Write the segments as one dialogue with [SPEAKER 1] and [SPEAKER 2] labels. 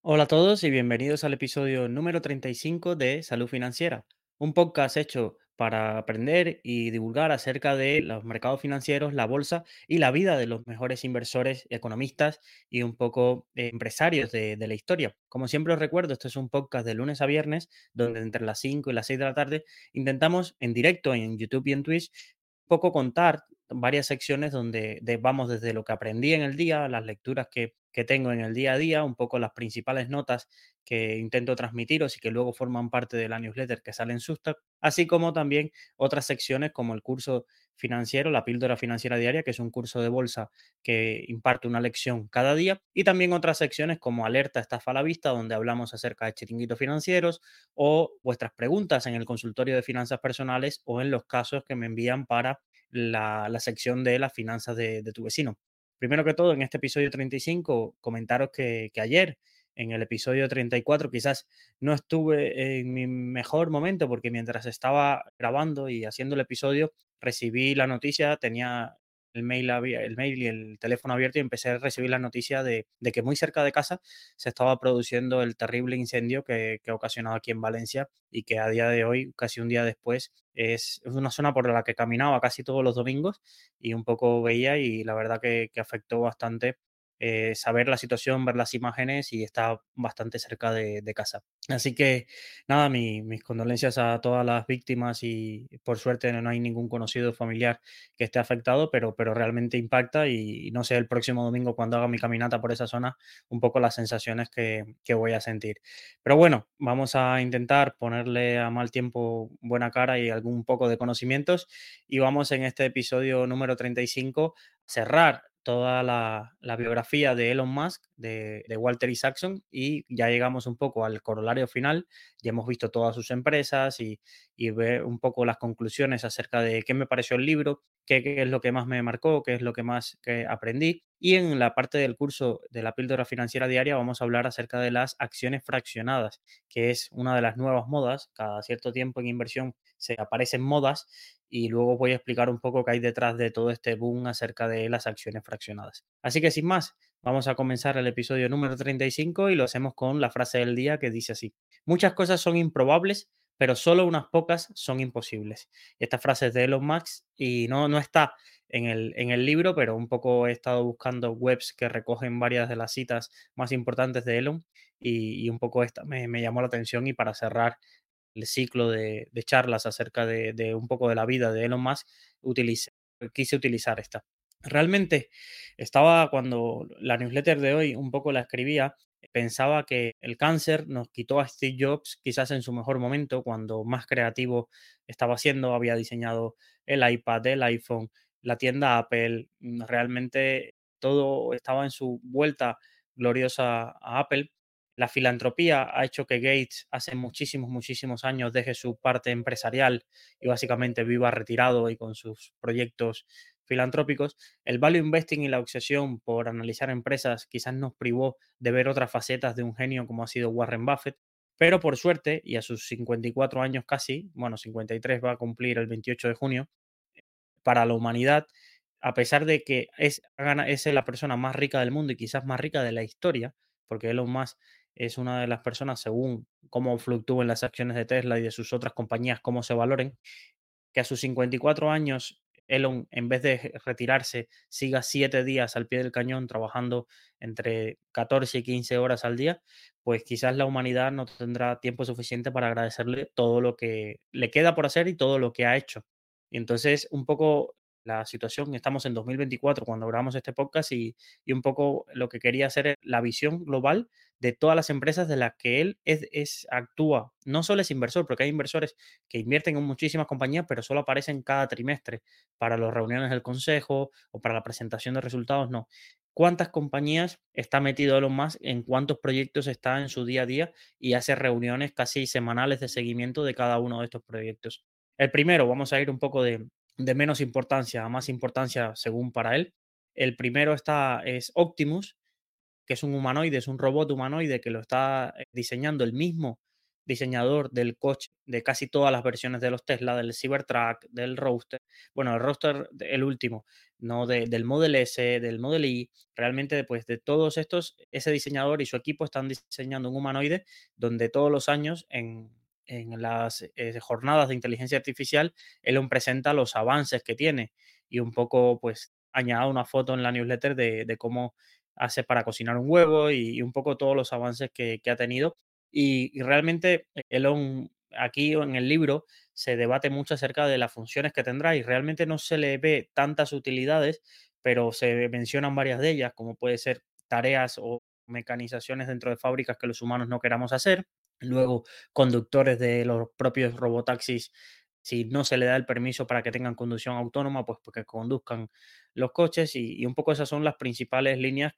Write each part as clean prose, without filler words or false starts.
[SPEAKER 1] Hola a todos y bienvenidos al episodio número 35 de Salud Financiera, un podcast hecho para aprender y divulgar acerca de los mercados financieros, la bolsa y la vida de los mejores inversores, economistas y un poco empresarios de la historia. Como siempre os recuerdo, esto es un podcast de lunes a viernes, donde entre las 5 y las 6 de la tarde intentamos en directo en YouTube y en Twitch un poco contar varias secciones donde vamos desde lo que aprendí en el día, las lecturas que tengo en el día a día, un poco las principales notas que intento transmitiros y que luego forman parte de la newsletter que sale en Substack, así como también otras secciones como el curso financiero, la píldora financiera diaria, que es un curso de bolsa que imparte una lección cada día, y también otras secciones como Alerta Estafa a la Vista, donde hablamos acerca de chiringuitos financieros o vuestras preguntas en el consultorio de finanzas personales o en los casos que me envían para la sección de las finanzas de tu vecino. Primero que todo, en este episodio 35, comentaros que ayer, en el episodio 34, quizás no estuve en mi mejor momento porque mientras estaba grabando y haciendo el episodio, recibí la noticia, tenía el mail y el teléfono abierto y empecé a recibir la noticia de que muy cerca de casa se estaba produciendo el terrible incendio que ha ocasionado aquí en Valencia y que a día de hoy, casi un día después, es una zona por la que caminaba casi todos los domingos y un poco veía y la verdad que afectó bastante saber la situación, ver las imágenes y está bastante cerca de casa. Así que nada, mis condolencias a todas las víctimas y por suerte no hay ningún conocido familiar que esté afectado, pero realmente impacta y no sé el próximo domingo cuando haga mi caminata por esa zona, un poco las sensaciones que voy a sentir. Pero bueno, vamos a intentar ponerle a mal tiempo buena cara y algún poco de conocimientos y vamos en este episodio número 35 a cerrar toda la biografía de Elon Musk, de Walter Isaacson, y ya llegamos un poco al corolario final, ya hemos visto todas sus empresas y ver un poco las conclusiones acerca de qué me pareció el libro, qué es lo que más me marcó, qué es lo que más que aprendí. Y en la parte del curso de la píldora financiera diaria vamos a hablar acerca de las acciones fraccionadas, que es una de las nuevas modas. Cada cierto tiempo en inversión se aparecen modas y luego voy a explicar un poco qué hay detrás de todo este boom acerca de las acciones fraccionadas. Así que sin más, vamos a comenzar el episodio número 35 y lo hacemos con la frase del día que dice así: muchas cosas son improbables, pero solo unas pocas son imposibles. Esta frase es de Elon Musk y no está en el libro, pero un poco he estado buscando webs que recogen varias de las citas más importantes de Elon y un poco esta me llamó la atención y para cerrar el ciclo de charlas acerca de un poco de la vida de Elon Musk, utilicé, quise utilizar esta. Realmente estaba cuando la newsletter de hoy un poco la escribía, pensaba que el cáncer nos quitó a Steve Jobs quizás en su mejor momento, cuando más creativo estaba siendo, había diseñado el iPad, el iPhone, la tienda Apple, realmente todo estaba en su vuelta gloriosa a Apple. La filantropía ha hecho que Gates hace muchísimos, muchísimos años deje su parte empresarial y básicamente viva retirado y con sus proyectos filantrópicos. El value investing y la obsesión por analizar empresas quizás nos privó de ver otras facetas de un genio como ha sido Warren Buffett, pero por suerte, y a sus 54 años casi, bueno, 53 va a cumplir el 28 de junio, para la humanidad, a pesar de que es la persona más rica del mundo y quizás más rica de la historia, porque Elon Musk es una de las personas, según cómo fluctúen las acciones de Tesla y de sus otras compañías, cómo se valoren, que a sus 54 años Elon, en vez de retirarse, siga 7 días al pie del cañón trabajando entre 14 y 15 horas al día, pues quizás la humanidad no tendrá tiempo suficiente para agradecerle todo lo que le queda por hacer y todo lo que ha hecho. Y entonces, un poco la situación, estamos en 2024 cuando grabamos este podcast y un poco lo que quería hacer es la visión global de todas las empresas de las que él actúa. No solo es inversor, porque hay inversores que invierten en muchísimas compañías, pero solo aparecen cada trimestre para las reuniones del consejo o para la presentación de resultados, no. ¿Cuántas compañías está metido Elon Musk? ¿En cuántos proyectos está en su día a día? Y hace reuniones casi semanales de seguimiento de cada uno de estos proyectos. El primero, vamos a ir un poco de menos importancia a más importancia según para él. El primero es Optimus, que es un humanoide, es un robot humanoide que lo está diseñando el mismo diseñador del coche de casi todas las versiones de los Tesla, del Cybertruck, del Roadster. Bueno, el Roadster, el último, no del Model S, del Model Y, realmente pues de todos estos, ese diseñador y su equipo están diseñando un humanoide donde todos los años en las jornadas de inteligencia artificial, Elon presenta los avances que tiene y un poco pues añade una foto en la newsletter de cómo hace para cocinar un huevo y un poco todos los avances que ha tenido. Y realmente Elon aquí en el libro se debate mucho acerca de las funciones que tendrá y realmente no se le ve tantas utilidades, pero se mencionan varias de ellas, como puede ser tareas o mecanizaciones dentro de fábricas que los humanos no queramos hacer. Luego, conductores de los propios robotaxis, si no se le da el permiso para que tengan conducción autónoma, pues porque conduzcan los coches y un poco esas son las principales líneas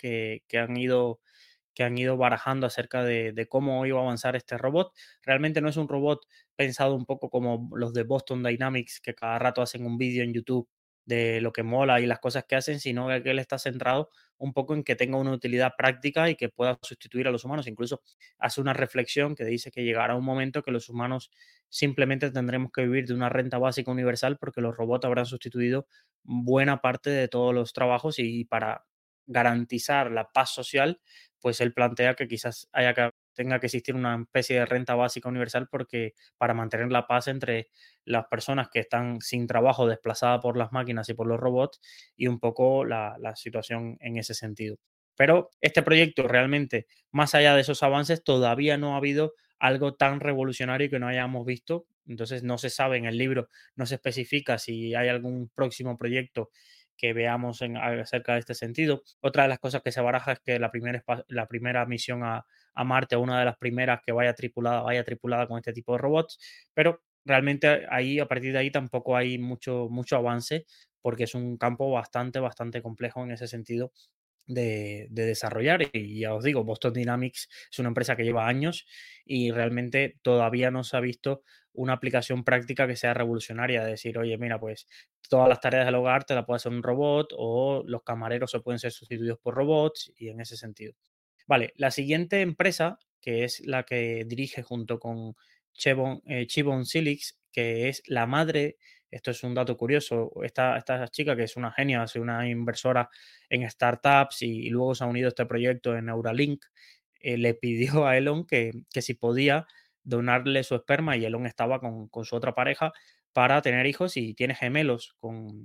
[SPEAKER 1] que han ido barajando acerca de cómo iba a avanzar este robot. Realmente no es un robot pensado un poco como los de Boston Dynamics, que cada rato hacen un vídeo en YouTube de lo que mola y las cosas que hacen, sino que él está centrado un poco en que tenga una utilidad práctica y que pueda sustituir a los humanos. Incluso hace una reflexión que dice que llegará un momento que los humanos simplemente tendremos que vivir de una renta básica universal porque los robots habrán sustituido buena parte de todos los trabajos y para garantizar la paz social, pues él plantea que quizás tenga que existir una especie de renta básica universal porque para mantener la paz entre las personas que están sin trabajo desplazadas por las máquinas y por los robots y un poco la situación en ese sentido. Pero este proyecto realmente, más allá de esos avances, todavía no ha habido algo tan revolucionario que no hayamos visto. Entonces no se sabe en el libro, no se especifica si hay algún próximo proyecto que veamos acerca de este sentido. Otra de las cosas que se baraja es que la primera misión a Marte, o una de las primeras que vaya tripulada con este tipo de robots, pero realmente ahí, a partir de ahí, tampoco hay mucho avance porque es un campo bastante complejo en ese sentido de desarrollar. Y ya os digo, Boston Dynamics es una empresa que lleva años y realmente todavía no se ha visto una aplicación práctica que sea revolucionaria. De decir, oye, mira, pues todas las tareas del hogar te las puede hacer un robot o los camareros se pueden ser sustituidos por robots y en ese sentido. Vale, la siguiente empresa, que es la que dirige junto con Chibon Silix, que es la madre, esto es un dato curioso, esta chica que es una genia, es una inversora en startups y luego se ha unido a este proyecto en Neuralink, le pidió a Elon que si podía donarle su esperma y Elon estaba con su otra pareja para tener hijos y tiene gemelos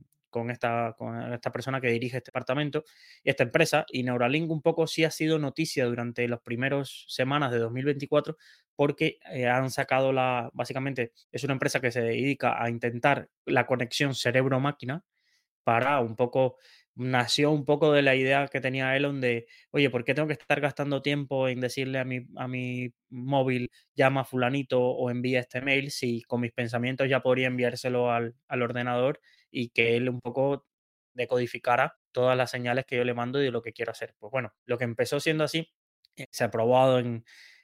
[SPEAKER 1] con esta persona que dirige este departamento y esta empresa. Y Neuralink un poco sí ha sido noticia durante las primeras semanas de 2024 porque han sacado básicamente es una empresa que se dedica a intentar la conexión cerebro-máquina para un poco, nació un poco de la idea que tenía Elon de, oye, ¿por qué tengo que estar gastando tiempo en decirle a mi móvil, llama a fulanito o envía este mail, si con mis pensamientos ya podría enviárselo al ordenador y que él un poco decodificara todas las señales que yo le mando y de lo que quiero hacer? Pues bueno, lo que empezó siendo así, se ha probado en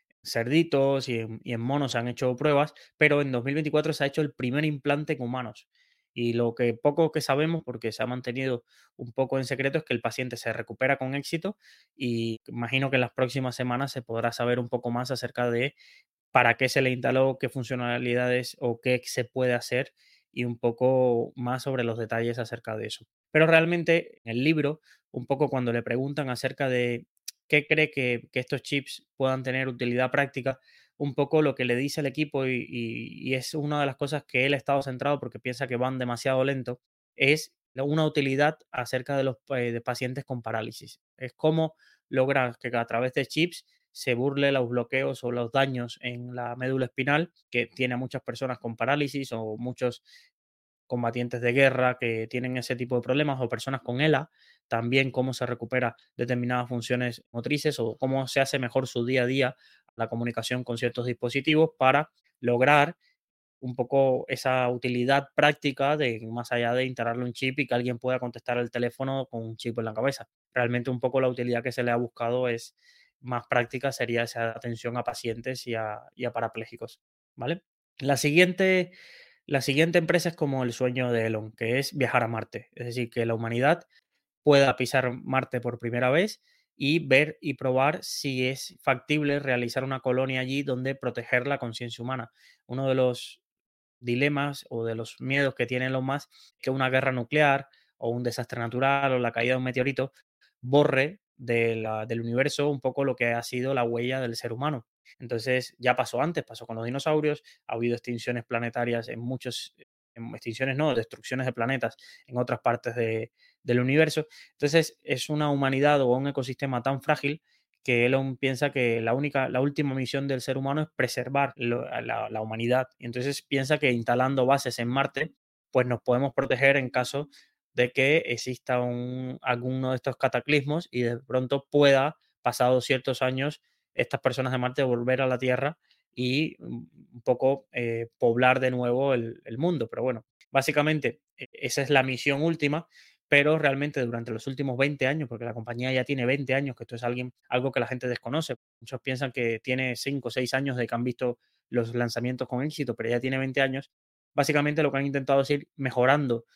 [SPEAKER 1] cerditos y en monos se han hecho pruebas, pero en 2024 se ha hecho el primer implante en humanos. Y lo que poco que sabemos, porque se ha mantenido un poco en secreto, es que el paciente se recupera con éxito y imagino que en las próximas semanas se podrá saber un poco más acerca de para qué se le instaló, qué funcionalidades o qué se puede hacer y un poco más sobre los detalles acerca de eso. Pero realmente en el libro, un poco cuando le preguntan acerca de qué cree que estos chips puedan tener utilidad práctica, un poco lo que le dice el equipo y es una de las cosas que él ha estado centrado porque piensa que van demasiado lento, es una utilidad acerca de los de pacientes con parálisis. Es cómo lograr que a través de chips se burle los bloqueos o los daños en la médula espinal que tiene a muchas personas con parálisis o muchos combatientes de guerra que tienen ese tipo de problemas o personas con ELA, también cómo se recupera determinadas funciones motrices o cómo se hace mejor su día a día la comunicación con ciertos dispositivos para lograr un poco esa utilidad práctica de más allá de instalarle un chip y que alguien pueda contestar el teléfono con un chip en la cabeza. Realmente un poco la utilidad que se le ha buscado es más práctica, sería esa atención a pacientes y a parapléjicos, ¿vale? La siguiente, la siguiente empresa es como el sueño de Elon, que es viajar a Marte. Es decir, que la humanidad pueda pisar Marte por primera vez y ver y probar si es factible realizar una colonia allí donde proteger la conciencia humana. Uno de los dilemas o de los miedos que tienen los más que una guerra nuclear o un desastre natural o la caída de un meteorito borre del universo un poco lo que ha sido la huella del ser humano. Entonces, ya pasó antes, pasó con los dinosaurios, ha habido extinciones planetarias en muchos, extinciones no, destrucciones de planetas en otras partes del universo. Entonces, es una humanidad o un ecosistema tan frágil que Elon piensa que la última misión del ser humano es preservar la humanidad. Y entonces piensa que instalando bases en Marte, pues nos podemos proteger en caso de que exista alguno de estos cataclismos y de pronto pueda, pasados ciertos años, estas personas de Marte volver a la Tierra y un poco poblar de nuevo el mundo. Pero bueno, básicamente esa es la misión última, pero realmente durante los últimos 20 años, porque la compañía ya tiene 20 años, que esto es algo que la gente desconoce. Muchos piensan que tiene 5 o 6 años de que han visto los lanzamientos con éxito, pero ya tiene 20 años. Básicamente lo que han intentado es ir mejorando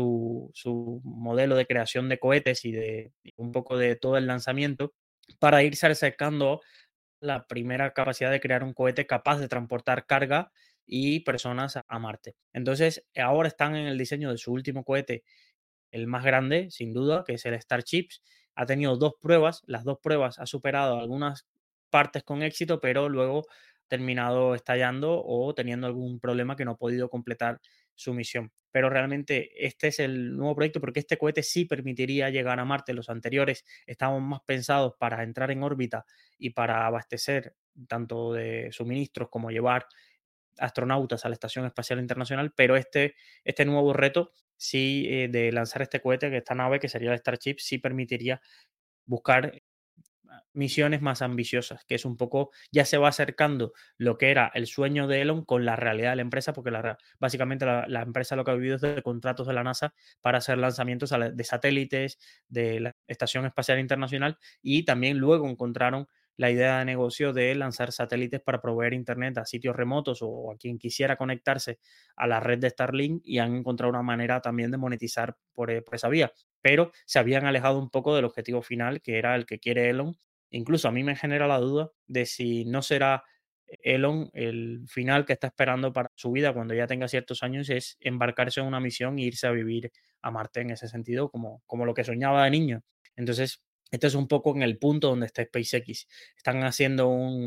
[SPEAKER 1] su modelo de creación de cohetes y un poco de todo el lanzamiento para irse acercando la primera capacidad de crear un cohete capaz de transportar carga y personas a Marte. Entonces, ahora están en el diseño de su último cohete, el más grande, sin duda, que es el Starships. Ha tenido 2 pruebas, las 2 pruebas ha superado algunas partes con éxito, pero luego ha terminado estallando o teniendo algún problema que no ha podido completar su misión. Pero realmente este es el nuevo proyecto porque este cohete sí permitiría llegar a Marte. Los anteriores estaban más pensados para entrar en órbita y para abastecer tanto de suministros como llevar astronautas a la Estación Espacial Internacional, pero este nuevo reto sí, de lanzar este cohete, que esta nave, que sería el Starship, sí permitiría buscar misiones más ambiciosas, que es un poco, ya se va acercando lo que era el sueño de Elon con la realidad de la empresa, porque básicamente la empresa lo que ha vivido es de contratos de la NASA para hacer lanzamientos de satélites de la Estación Espacial Internacional y también luego encontraron la idea de negocio de lanzar satélites para proveer internet a sitios remotos o a quien quisiera conectarse a la red de Starlink y han encontrado una manera también de monetizar por esa vía, pero se habían alejado un poco del objetivo final que era el que quiere Elon. Incluso a mí me genera la duda de si no será Elon el final que está esperando para su vida cuando ya tenga ciertos años, es embarcarse en una misión e irse a vivir a Marte en ese sentido, como lo que soñaba de niño. Entonces, este es un poco en el punto donde está SpaceX. Están haciendo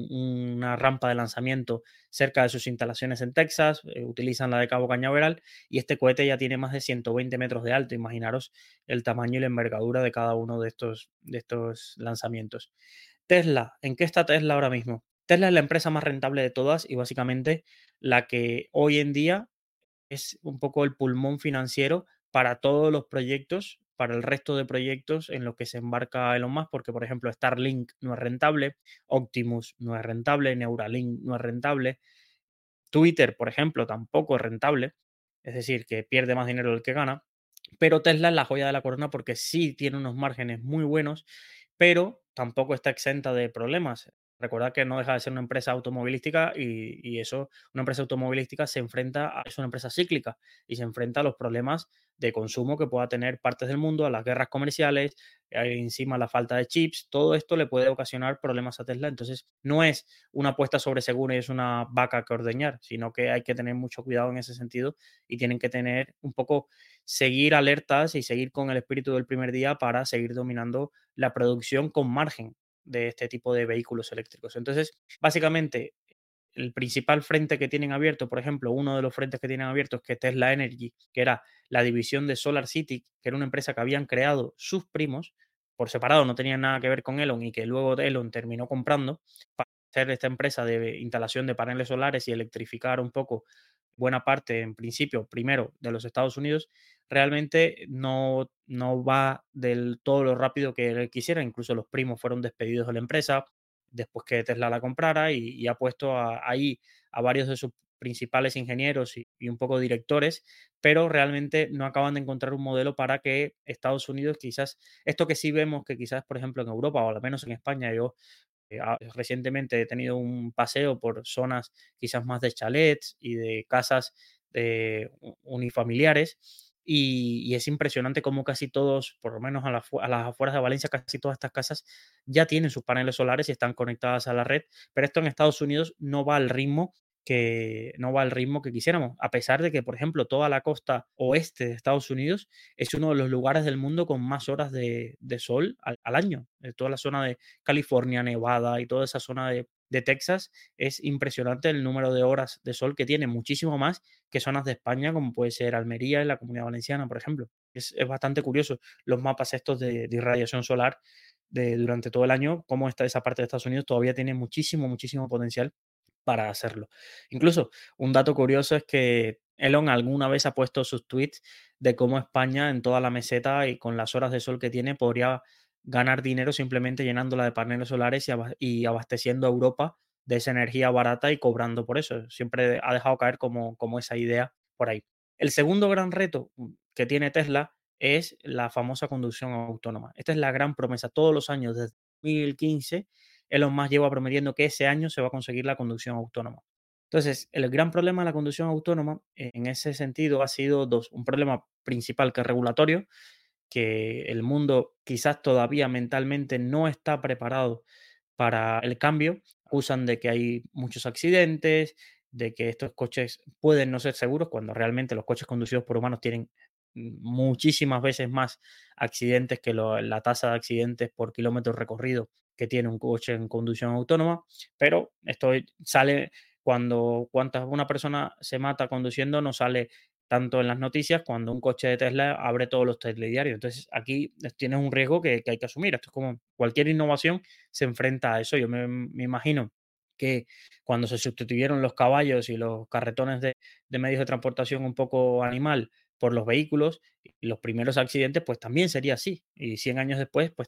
[SPEAKER 1] una rampa de lanzamiento cerca de sus instalaciones en Texas, utilizan la de Cabo Cañaveral y este cohete ya tiene más de 120 metros de alto. Imaginaros el tamaño y la envergadura de cada uno de estos lanzamientos. Tesla, ¿en qué está Tesla ahora mismo? Tesla es la empresa más rentable de todas y básicamente la que hoy en día es un poco el pulmón financiero para todos los proyectos, para el resto de proyectos en los que se embarca Elon Musk, porque por ejemplo Starlink no es rentable, Optimus no es rentable, Neuralink no es rentable, Twitter, por ejemplo, tampoco es rentable, es decir, que pierde más dinero del que gana, pero Tesla es la joya de la corona porque sí tiene unos márgenes muy buenos, pero tampoco está exenta de problemas. Recordad que no deja de ser una empresa automovilística y eso, una empresa automovilística se enfrenta es una empresa cíclica y se enfrenta a los problemas de consumo que pueda tener partes del mundo, a las guerras comerciales, encima la falta de chips, todo esto le puede ocasionar problemas a Tesla. Entonces, no es una apuesta sobre seguro y es una vaca que ordeñar, sino que hay que tener mucho cuidado en ese sentido y tienen que tener un poco, seguir alertas y seguir con el espíritu del primer día para seguir dominando la producción con margen de este tipo de vehículos eléctricos. Entonces, básicamente, el principal frente que tienen abierto, por ejemplo, uno de los frentes que tienen abiertos, que Tesla Energy, que era la división de Solar City, que era una empresa que habían creado sus primos, por separado, no tenían nada que ver con Elon y que luego Elon terminó comprando para hacer esta empresa de instalación de paneles solares y electrificar un poco buena parte, en principio, primero de los Estados Unidos, realmente no va del todo lo rápido que él quisiera. Incluso los primos fueron despedidos de la empresa después que Tesla la comprara y ha puesto ahí a varios de sus principales ingenieros y un poco directores, pero realmente no acaban de encontrar un modelo para que Estados Unidos quizás, esto que sí vemos que quizás, por ejemplo, en Europa o al menos en España, yo recientemente he tenido un paseo por zonas quizás más de chalets y de casas unifamiliares y es impresionante cómo casi todos, por lo menos a las afueras de Valencia, casi todas estas casas ya tienen sus paneles solares y están conectadas a la red, pero esto en Estados Unidos no va al ritmo que no va al ritmo que quisiéramos, a pesar de que, por ejemplo, toda la costa oeste de Estados Unidos es uno de los lugares del mundo con más horas de sol al año. Toda la zona de California, Nevada y toda esa zona de Texas es impresionante el número de horas de sol que tiene, muchísimo más que zonas de España, como puede ser Almería y la Comunidad Valenciana, por ejemplo. Es bastante curioso los mapas estos de irradiación solar durante todo el año, cómo está esa parte de Estados Unidos todavía tiene muchísimo, muchísimo potencial para hacerlo. Incluso un dato curioso es que Elon alguna vez ha puesto sus tweets de cómo España en toda la meseta y con las horas de sol que tiene podría ganar dinero simplemente llenándola de paneles solares y abasteciendo a Europa de esa energía barata y cobrando por eso. Siempre ha dejado caer como esa idea por ahí. El segundo gran reto que tiene Tesla es la famosa conducción autónoma. Esta es la gran promesa. Todos los años, desde 2015, Elon Musk lleva prometiendo que ese año se va a conseguir la conducción autónoma. Entonces, el gran problema de la conducción autónoma en ese sentido ha sido dos. Un problema principal que es regulatorio, que el mundo quizás todavía mentalmente no está preparado para el cambio. Acusan de que hay muchos accidentes, de que estos coches pueden no ser seguros, cuando realmente los coches conducidos por humanos tienen muchísimas veces más accidentes que la tasa de accidentes por kilómetro recorrido que tiene un coche en conducción autónoma. Pero esto sale cuando una persona se mata conduciendo, no sale tanto en las noticias cuando un coche de Tesla abre todos los telediarios. Entonces, aquí tienes un riesgo que hay que asumir. Esto es como cualquier innovación se enfrenta a eso. Yo me imagino que cuando se sustituyeron los caballos y los carretones de medios de transportación un poco animal por los vehículos, y los primeros accidentes, pues también sería así. Y 100 años después, pues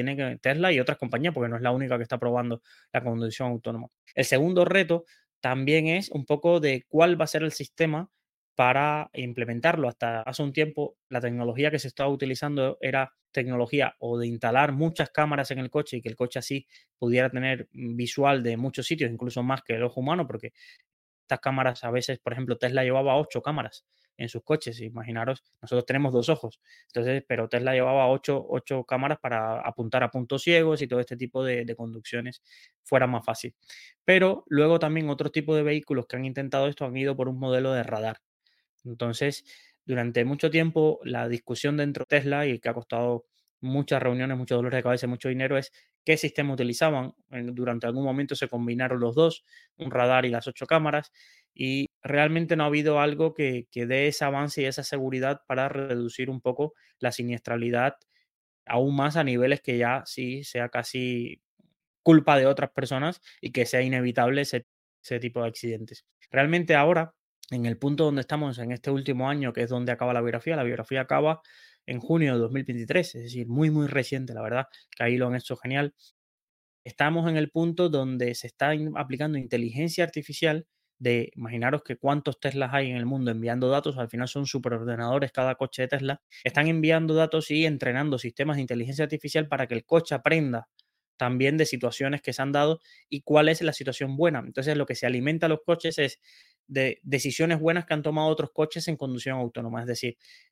[SPEAKER 1] Tesla y otras compañías, porque no es la única que está probando la conducción autónoma. El segundo reto también es un poco de cuál va a ser el sistema para implementarlo. Hasta hace un tiempo, la tecnología que se estaba utilizando era tecnología o de instalar muchas cámaras en el coche y que el coche así pudiera tener visual de muchos sitios, incluso más que el ojo humano, porque estas cámaras a veces, por ejemplo, Tesla llevaba 8 cámaras en sus coches. Imaginaros, nosotros tenemos 2 ojos, entonces, pero Tesla llevaba ocho cámaras para apuntar a puntos ciegos y todo este tipo de conducciones fuera más fácil. Pero luego también otros tipos de vehículos que han intentado esto han ido por un modelo de radar. Entonces, durante mucho tiempo, la discusión dentro de Tesla y que ha costado muchas reuniones, muchos dolores de cabeza, mucho dinero, es qué sistema utilizaban. Durante algún momento se combinaron los dos, un radar y las 8 cámaras, y realmente no ha habido algo que dé ese avance y esa seguridad para reducir un poco la siniestralidad aún más a niveles que ya sí sea casi culpa de otras personas y que sea inevitable ese tipo de accidentes. Realmente ahora, en el punto donde estamos en este último año, que es donde acaba la biografía acaba en junio de 2023, es decir, muy, muy reciente, la verdad, que ahí lo han hecho genial. Estamos en el punto donde se está aplicando inteligencia artificial de, imaginaros que cuántos Teslas hay en el mundo enviando datos, al final son superordenadores cada coche de Tesla, están enviando datos y entrenando sistemas de inteligencia artificial para que el coche aprenda también de situaciones que se han dado y cuál es la situación buena. Entonces, lo que se alimenta a los coches es de decisiones buenas que han tomado otros coches en conducción autónoma. Es decir,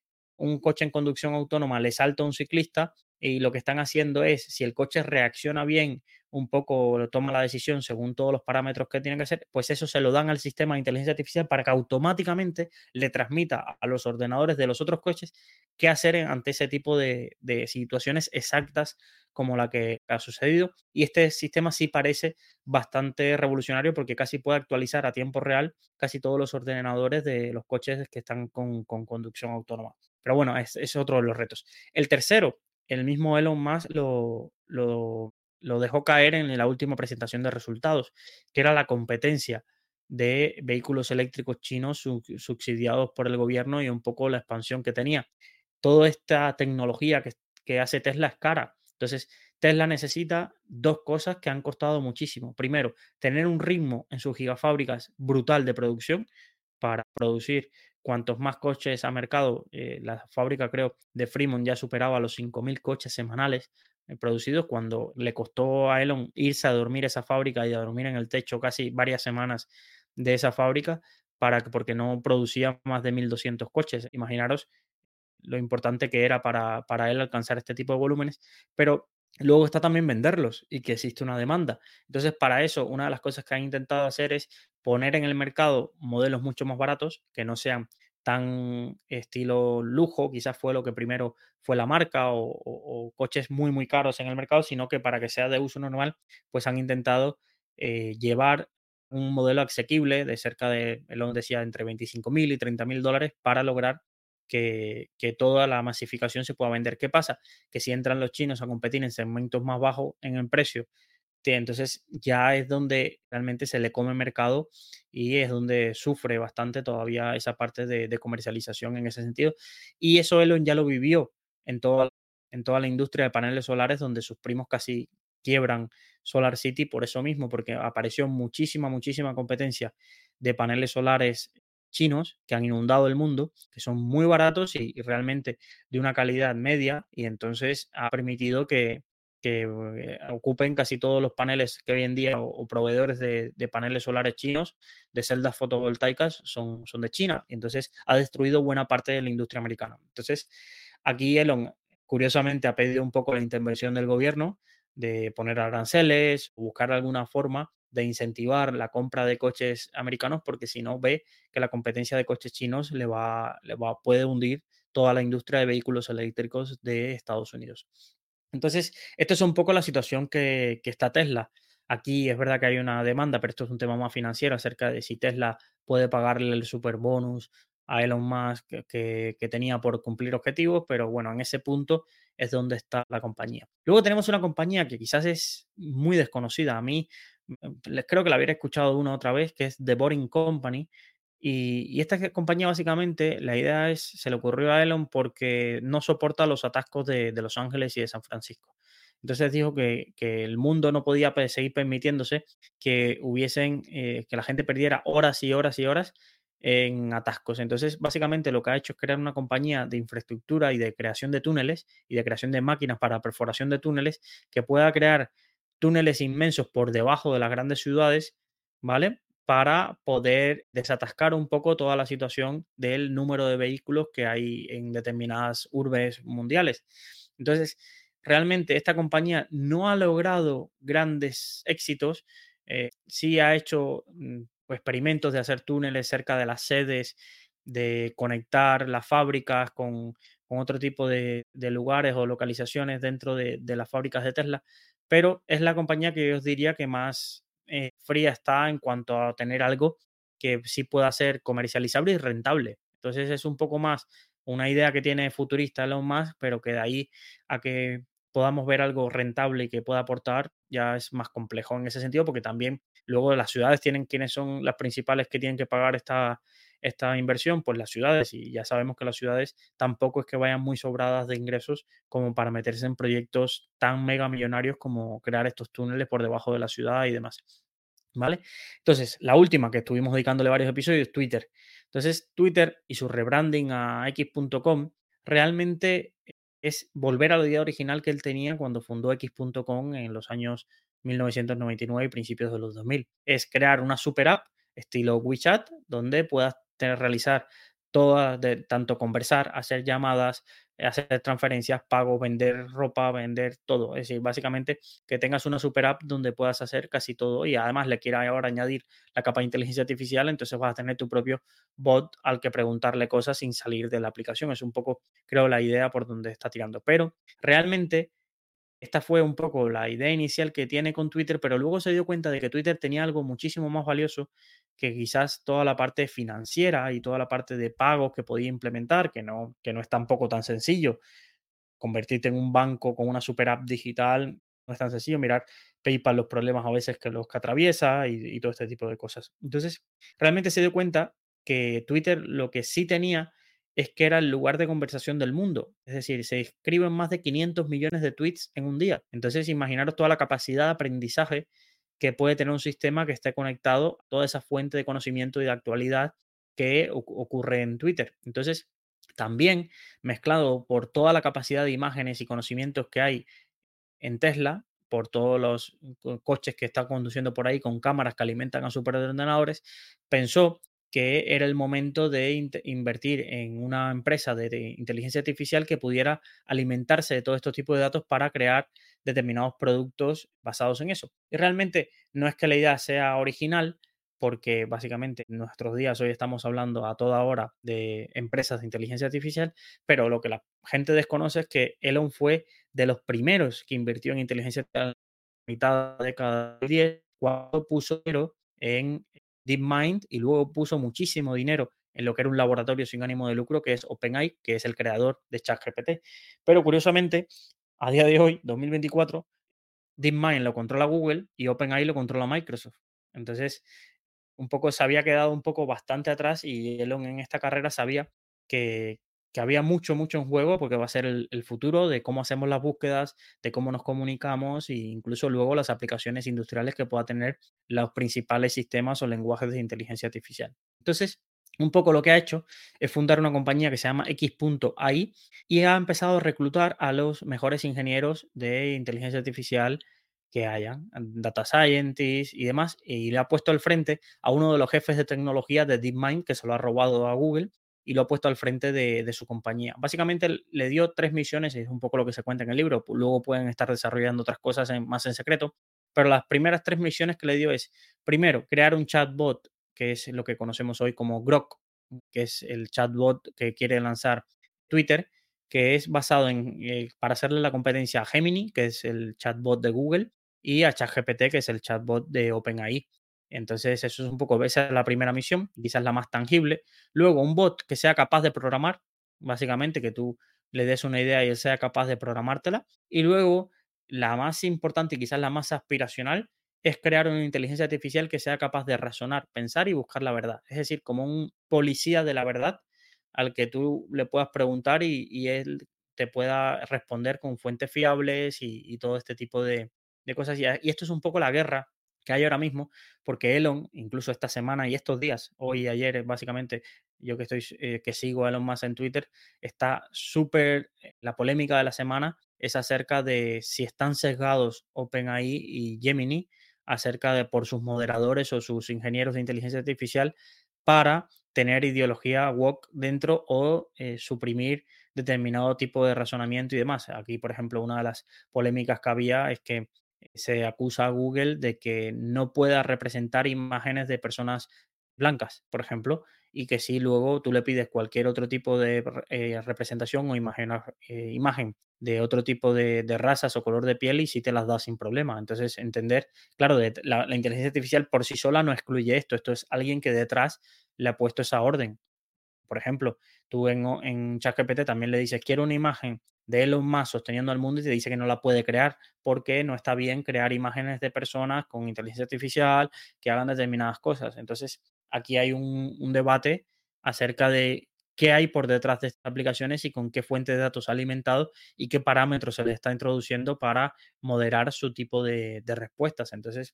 [SPEAKER 1] un coche en conducción autónoma le salta a un ciclista y lo que están haciendo es, si el coche reacciona bien, un poco toma la decisión según todos los parámetros que tiene que hacer, pues eso se lo dan al sistema de inteligencia artificial para que automáticamente le transmita a los ordenadores de los otros coches qué hacer ante ese tipo de situaciones exactas como la que ha sucedido. Y este sistema sí parece bastante revolucionario porque casi puede actualizar a tiempo real casi todos los ordenadores de los coches que están con conducción autónoma. Pero bueno, es otro de los retos. El tercero, el mismo Elon Musk lo dejó caer en la última presentación de resultados, que era la competencia de vehículos eléctricos chinos subsidiados por el gobierno y un poco la expansión que tenía. Toda esta tecnología que hace Tesla es cara. Entonces, Tesla necesita dos cosas que han costado muchísimo. Primero, tener un ritmo en sus gigafábricas brutal de producción para producir cuantos más coches a mercado. La fábrica, creo, de Fremont ya superaba los 5.000 coches semanales producidos cuando le costó a Elon irse a dormir a esa fábrica y a dormir en el techo casi varias semanas de esa fábrica porque no producía más de 1.200 coches. Imaginaros lo importante que era para él alcanzar este tipo de volúmenes, pero luego está también venderlos y que existe una demanda. Entonces, para eso, una de las cosas que han intentado hacer es poner en el mercado modelos mucho más baratos, que no sean tan estilo lujo, quizás fue lo que primero fue la marca, o coches muy, muy caros en el mercado, sino que para que sea de uso normal, pues han intentado llevar un modelo asequible de cerca de, Elon decía, entre 25.000 y 30.000 dólares para lograr que toda la masificación se pueda vender. ¿Qué pasa? Que si entran los chinos a competir en segmentos más bajos en el precio, entonces ya es donde realmente se le come mercado y es donde sufre bastante todavía esa parte de comercialización en ese sentido. Y eso Elon ya lo vivió en toda la industria de paneles solares, donde sus primos casi quiebran Solar City por eso mismo, porque apareció muchísima, muchísima competencia de paneles solares chinos que han inundado el mundo, que son muy baratos y realmente de una calidad media, y entonces ha permitido que ocupen casi todos los paneles que hoy en día o proveedores de paneles solares chinos, de celdas fotovoltaicas, son de China. Y entonces ha destruido buena parte de la industria americana. Entonces, aquí Elon, curiosamente, ha pedido un poco la intervención del gobierno de poner aranceles, buscar alguna forma de incentivar la compra de coches americanos, porque si no ve que la competencia de coches chinos puede hundir toda la industria de vehículos eléctricos de Estados Unidos. Entonces, esta es un poco la situación que está Tesla. Aquí es verdad que hay una demanda, pero esto es un tema más financiero acerca de si Tesla puede pagarle el super bonus a Elon Musk que tenía por cumplir objetivos, pero bueno, en ese punto es donde está la compañía. Luego tenemos una compañía que quizás es muy desconocida. A mí les creo que la habría escuchado una otra vez, que es The Boring Company. Y esta compañía básicamente, la idea es, se le ocurrió a Elon porque no soporta los atascos de Los Ángeles y de San Francisco. Entonces dijo que el mundo no podía seguir permitiéndose que hubiesen, que la gente perdiera horas y horas y horas en atascos. Entonces, básicamente lo que ha hecho es crear una compañía de infraestructura y de creación de túneles y de creación de máquinas para perforación de túneles que pueda crear túneles inmensos por debajo de las grandes ciudades, ¿vale? Para poder desatascar un poco toda la situación del número de vehículos que hay en determinadas urbes mundiales. Entonces, realmente esta compañía no ha logrado grandes éxitos, sí ha hecho pues, experimentos de hacer túneles cerca de las sedes, de conectar las fábricas con otro tipo de lugares o localizaciones dentro de las fábricas de Tesla, pero es la compañía que yo os diría que más fría está en cuanto a tener algo que sí pueda ser comercializable y rentable. Entonces es un poco más una idea que tiene futurista Elon Musk, pero que de ahí a que podamos ver algo rentable y que pueda aportar, ya es más complejo en ese sentido, porque también luego las ciudades tienen quiénes son las principales que tienen que pagar esta inversión, pues las ciudades, y ya sabemos que las ciudades tampoco es que vayan muy sobradas de ingresos como para meterse en proyectos tan mega millonarios como crear estos túneles por debajo de la ciudad y demás. ¿Vale? Entonces, la última que estuvimos dedicándole varios episodios, Twitter. Entonces, Twitter y su rebranding a x.com realmente es volver a la idea original que él tenía cuando fundó x.com en los años 1999 y principios de los 2000. Es crear una super app estilo WeChat donde puedas realizar todas, tanto conversar, hacer llamadas, hacer transferencias, pago, vender ropa, vender todo. Es decir, básicamente que tengas una super app donde puedas hacer casi todo y además le quieras ahora añadir la capa de inteligencia artificial, entonces vas a tener tu propio bot al que preguntarle cosas sin salir de la aplicación. Es un poco, creo, la idea por donde está tirando. Pero realmente esta fue un poco la idea inicial que tiene con Twitter, pero luego se dio cuenta de que Twitter tenía algo muchísimo más valioso que quizás toda la parte financiera y toda la parte de pagos que podía implementar, que no es tampoco tan sencillo convertirte en un banco con una super app digital no es tan sencillo. Mirar PayPal, los problemas a veces que los que atraviesa y todo este tipo de cosas. Entonces, realmente se dio cuenta que Twitter lo que sí tenía es que era el lugar de conversación del mundo. Es decir, se escriben más de 500 millones de tweets en un día. Entonces, imaginaros toda la capacidad de aprendizaje que puede tener un sistema que esté conectado a toda esa fuente de conocimiento y de actualidad que ocurre en Twitter. Entonces, también mezclado por toda la capacidad de imágenes y conocimientos que hay en Tesla, por todos los coches que está conduciendo por ahí con cámaras que alimentan a superordenadores, pensó que era el momento de invertir en una empresa de inteligencia artificial que pudiera alimentarse de todos estos tipos de datos para crear determinados productos basados en eso. Y realmente no es que la idea sea original, porque básicamente en nuestros días hoy estamos hablando a toda hora de empresas de inteligencia artificial, pero lo que la gente desconoce es que Elon fue de los primeros que invirtió en inteligencia artificial a mitad de la década del 10, cuando puso dinero en DeepMind y luego puso muchísimo dinero en lo que era un laboratorio sin ánimo de lucro, que es OpenAI, que es el creador de ChatGPT. Pero curiosamente, a día de hoy, 2024, DeepMind lo controla Google y OpenAI lo controla Microsoft. Entonces, un poco se había quedado un poco bastante atrás y Elon en esta carrera sabía que, que había mucho, mucho en juego porque va a ser el futuro de cómo hacemos las búsquedas, de cómo nos comunicamos e incluso luego las aplicaciones industriales que pueda tener los principales sistemas o lenguajes de inteligencia artificial. Entonces, un poco lo que ha hecho es fundar una compañía que se llama X.ai y ha empezado a reclutar a los mejores ingenieros de inteligencia artificial que hayan, data scientists y demás, y le ha puesto al frente a uno de los jefes de tecnología de DeepMind, que se lo ha robado a Google, y lo ha puesto al frente de su compañía. Básicamente le dio tres misiones, y es un poco lo que se cuenta en el libro, luego pueden estar desarrollando otras cosas más en secreto, pero las primeras tres misiones que le dio es, primero, crear un chatbot, que es lo que conocemos hoy como Grok, que es el chatbot que quiere lanzar Twitter, que es basado en, para hacerle la competencia a Gemini, que es el chatbot de Google, y a ChatGPT, que es el chatbot de OpenAI. Entonces, eso es un poco, esa es la primera misión, quizás la más tangible. Luego, un bot que sea capaz de programar, básicamente que tú le des una idea y él sea capaz de programártela. Y luego, la más importante y quizás la más aspiracional es crear una inteligencia artificial que sea capaz de razonar, pensar y buscar la verdad. Es decir, como un policía de la verdad al que tú le puedas preguntar y él te pueda responder con fuentes fiables y todo este tipo de cosas. Y esto es un poco la guerra que hay ahora mismo, porque Elon, incluso esta semana y estos días, hoy y ayer, básicamente, yo que estoy, que sigo a Elon Musk en Twitter, está súper, la polémica de la semana es acerca de si están sesgados OpenAI y Gemini acerca de por sus moderadores o sus ingenieros de inteligencia artificial para tener ideología woke dentro o suprimir determinado tipo de razonamiento y demás. Aquí, por ejemplo, una de las polémicas que había es que se acusa a Google de que no pueda representar imágenes de personas blancas, por ejemplo, y que si luego tú le pides cualquier otro tipo de representación o imagen de otro tipo de razas o color de piel y si te las da sin problema. Entonces, entender, claro, la inteligencia artificial por sí sola no excluye esto es alguien que detrás le ha puesto esa orden. Por ejemplo, tú en ChatGPT también le dices, quiero una imagen de Elon Musk sosteniendo al mundo y te dice que no la puede crear porque no está bien crear imágenes de personas con inteligencia artificial que hagan determinadas cosas. Entonces, aquí hay un debate acerca de qué hay por detrás de estas aplicaciones y con qué fuente de datos ha alimentado y qué parámetros se le está introduciendo para moderar su tipo de respuestas. Entonces,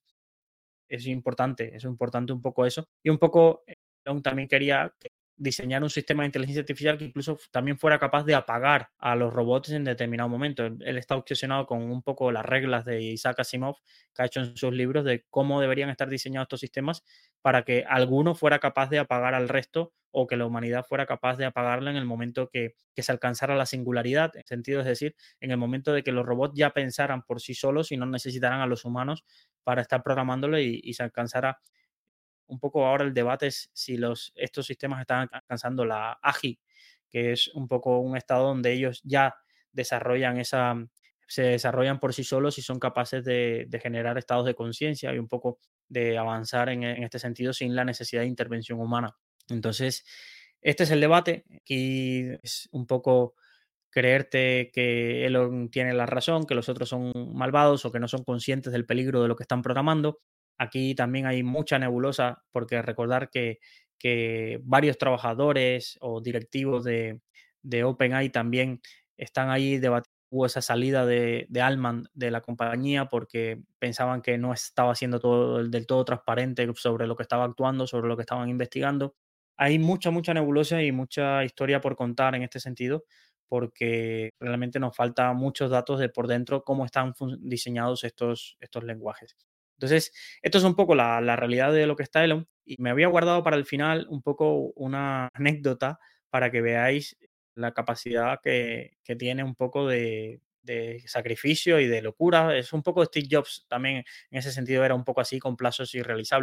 [SPEAKER 1] es importante un poco eso. Y un poco, Elon también quería diseñar un sistema de inteligencia artificial que incluso también fuera capaz de apagar a los robots en determinado momento. Él está obsesionado con un poco las reglas de Isaac Asimov que ha hecho en sus libros de cómo deberían estar diseñados estos sistemas para que alguno fuera capaz de apagar al resto o que la humanidad fuera capaz de apagarla en el momento que se alcanzara la singularidad. En sentido, es decir, en el momento de que los robots ya pensaran por sí solos y no necesitaran a los humanos para estar programándolo y se alcanzara un poco ahora el debate es si estos sistemas están alcanzando la AGI, que es un poco un estado donde ellos ya desarrollan se desarrollan por sí solos y son capaces de generar estados de conciencia y un poco de avanzar en este sentido sin la necesidad de intervención humana. Entonces, este es el debate. Aquí es un poco creerte que Elon tiene la razón, que los otros son malvados o que no son conscientes del peligro de lo que están programando. Aquí también hay mucha nebulosa porque recordar que varios trabajadores o directivos de OpenAI también están ahí debatiendo esa salida de Altman de la compañía porque pensaban que no estaba siendo del todo transparente sobre lo que estaba actuando, sobre lo que estaban investigando. Hay mucha, mucha nebulosa y mucha historia por contar en este sentido porque realmente nos falta muchos datos de por dentro cómo están diseñados estos lenguajes. Entonces, esto es un poco la realidad de lo que está Elon y me había guardado para el final un poco una anécdota para que veáis la capacidad que tiene un poco de sacrificio y de locura. Es un poco Steve Jobs también en ese sentido era un poco así con plazos irrealizables.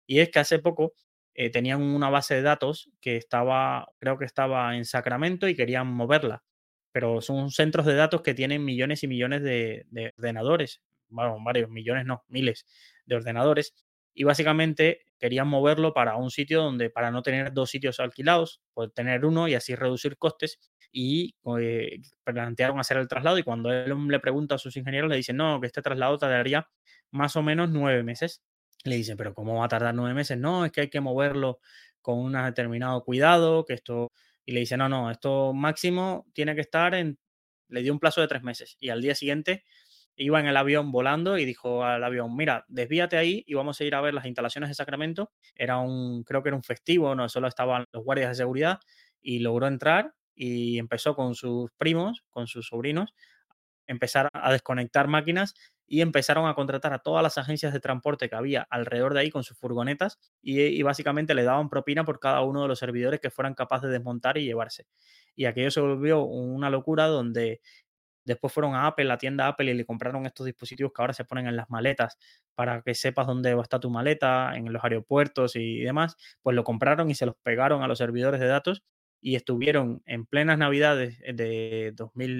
[SPEAKER 1] Y es que hace poco tenían una base de datos que estaba, creo que estaba en Sacramento y querían moverla. Pero son centros de datos que tienen millones y millones de ordenadores. Bueno, varios millones, no, miles de ordenadores. Y básicamente querían moverlo para un sitio donde, para no tener dos sitios alquilados, poder tener uno y así reducir costes. Y plantearon hacer el traslado. Y cuando él le pregunta a sus ingenieros, le dicen, no, que este traslado tardaría más o menos 9 meses. Le dicen, pero ¿cómo va a tardar 9 meses? No, es que hay que moverlo con un determinado cuidado, que esto... Y le dice, no, no, esto máximo tiene que estar en... Le dio un plazo de 3 meses. Y al día siguiente iba en el avión volando y dijo al avión, mira, desvíate ahí y vamos a ir a ver las instalaciones de Sacramento. Era un, creo que era un festivo, no solo estaban los guardias de seguridad y logró entrar y empezó con sus primos, con sus sobrinos, empezar a desconectar máquinas y empezaron a contratar a todas las agencias de transporte que había alrededor de ahí con sus furgonetas y básicamente le daban propina por cada uno de los servidores que fueran capaces de desmontar y llevarse. Y aquello se volvió una locura donde después fueron a Apple, la tienda Apple, y le compraron estos dispositivos que ahora se ponen en las maletas para que sepas dónde va a estar tu maleta, en los aeropuertos y demás. Pues lo compraron y se los pegaron a los servidores de datos y estuvieron en plenas navidades de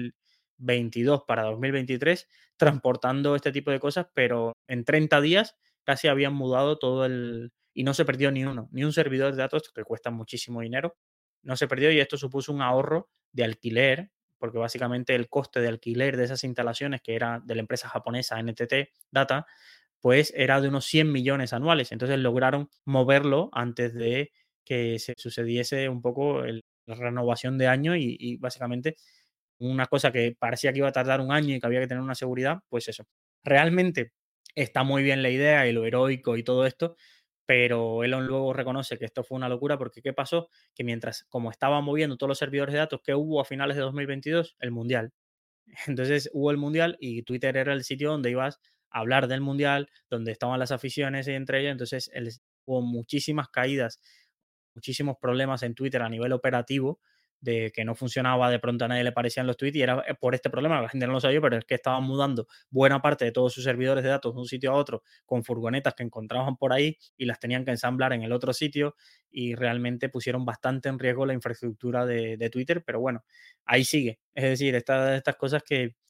[SPEAKER 1] 2022 para 2023 transportando este tipo de cosas, pero en 30 días casi habían mudado todo el... Y no se perdió ni uno, ni un servidor de datos que cuesta muchísimo dinero. No se perdió y esto supuso un ahorro de alquiler porque básicamente el coste de alquiler de esas instalaciones, que era de la empresa japonesa NTT Data, pues era de unos 100 millones anuales. Entonces lograron moverlo antes de que se sucediese un poco la renovación de año y básicamente una cosa que parecía que iba a tardar un año y que había que tener una seguridad, pues eso. Realmente está muy bien la idea y lo heroico y todo esto, pero Elon luego reconoce que esto fue una locura porque ¿qué pasó? Que mientras, como estaba moviendo todos los servidores de datos que hubo a finales de 2022, el Mundial. Entonces hubo el Mundial y Twitter era el sitio donde ibas a hablar del Mundial, donde estaban las aficiones y entre ellas, entonces hubo muchísimas caídas, muchísimos problemas en Twitter a nivel operativo de que no funcionaba, de pronto a nadie le parecían los tweets y era por este problema, la gente no lo sabía, pero es que estaban mudando buena parte de todos sus servidores de datos de un sitio a otro con furgonetas que encontraban por ahí y las tenían que ensamblar en el otro sitio y realmente pusieron bastante en riesgo la infraestructura de Twitter, pero bueno, ahí sigue. Es decir, estas cosas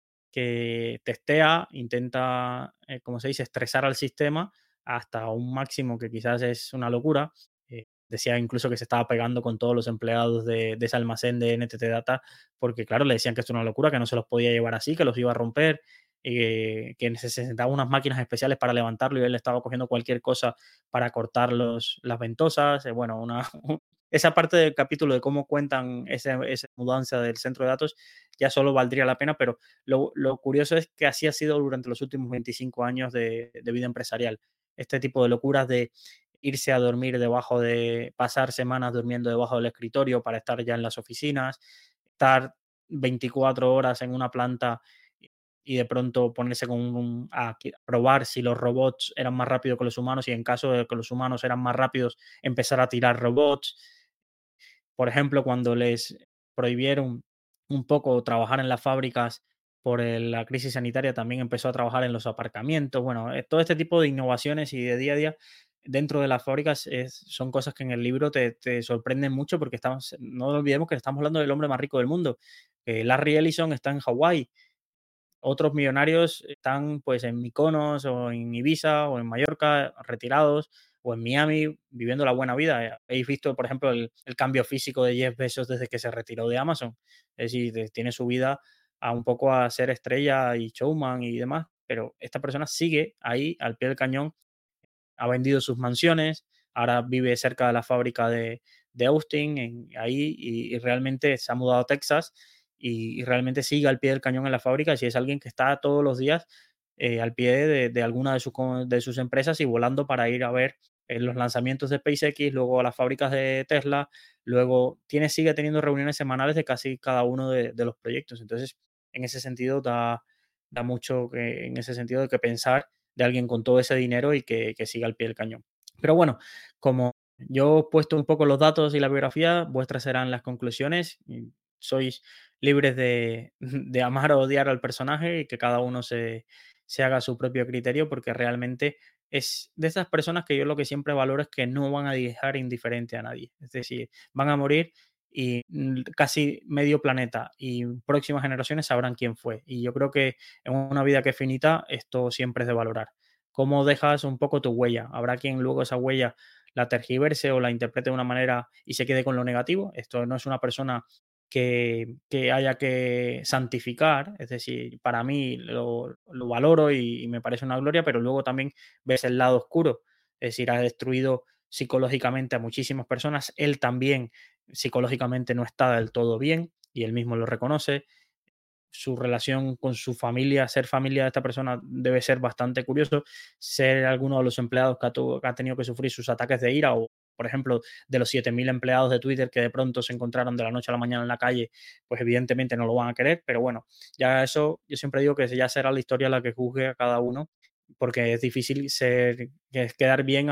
[SPEAKER 1] que testea, intenta, como se dice, estresar al sistema hasta un máximo que quizás es una locura. Decía incluso que se estaba pegando con todos los empleados de ese almacén de NTT Data, porque claro, le decían que esto es una locura, que no se los podía llevar así, que los iba a romper, que necesitaban unas máquinas especiales para levantarlo y él estaba cogiendo cualquier cosa para cortar las ventosas. Bueno, esa parte del capítulo de cómo cuentan esa mudanza del centro de datos ya solo valdría la pena, pero lo curioso es que así ha sido durante los últimos 25 años de vida empresarial. Este tipo de locuras de irse a dormir debajo de, pasar semanas durmiendo debajo del escritorio para estar ya en las oficinas, estar 24 horas en una planta y de pronto ponerse a probar si los robots eran más rápidos que los humanos y en caso de que los humanos eran más rápidos, empezar a tirar robots. Por ejemplo, cuando les prohibieron un poco trabajar en las fábricas por la crisis sanitaria, también empezó a trabajar en los aparcamientos. Bueno, todo este tipo de innovaciones y de día a día dentro de las fábricas son cosas que en el libro te sorprenden mucho porque estamos, no olvidemos que estamos hablando del hombre más rico del mundo. Larry Ellison está en Hawái, otros millonarios están pues en Mykonos o en Ibiza o en Mallorca, retirados, o en Miami, viviendo la buena vida. Habéis visto, por ejemplo, el cambio físico de Jeff Bezos desde que se retiró de Amazon. Es decir, tiene su vida a un poco a ser estrella y showman y demás, pero esta persona sigue ahí al pie del cañón, ha vendido sus mansiones, ahora vive cerca de la fábrica de Austin, ahí, y realmente se ha mudado a Texas y realmente sigue al pie del cañón en la fábrica. Si es alguien que está todos los días al pie de alguna de sus empresas y volando para ir a ver los lanzamientos de SpaceX, luego a las fábricas de Tesla, luego sigue teniendo reuniones semanales de casi cada uno de los proyectos. Entonces, en ese sentido, da mucho en ese sentido de que pensar de alguien con todo ese dinero y que siga al pie del cañón. Pero bueno, como yo he puesto un poco los datos y la biografía, vuestras serán las conclusiones. Y sois libres de amar o odiar al personaje y que cada uno se haga su propio criterio, porque realmente es de esas personas que yo lo que siempre valoro es que no van a dejar indiferente a nadie. Es decir, van a morir y casi medio planeta y próximas generaciones sabrán quién fue. Y yo creo que en una vida que es finita, esto siempre es de valorar. Cómo dejas un poco tu huella. Habrá quien luego esa huella la tergiverse o la interprete de una manera y se quede con lo negativo. Esto no es una persona que haya que santificar, es decir, para mí lo valoro y me parece una gloria, pero luego también ves el lado oscuro, es decir, ha destruido psicológicamente a muchísimas personas, él también psicológicamente no está del todo bien y él mismo lo reconoce, su relación con su familia, ser familia de esta persona debe ser bastante curioso, ser alguno de los empleados que ha tenido que sufrir sus ataques de ira o, por ejemplo, de los 7.000 empleados de Twitter que de pronto se encontraron de la noche a la mañana en la calle, pues evidentemente no lo van a querer, pero bueno, ya eso, yo siempre digo que ya será la historia la que juzgue a cada uno, porque es difícil quedar bien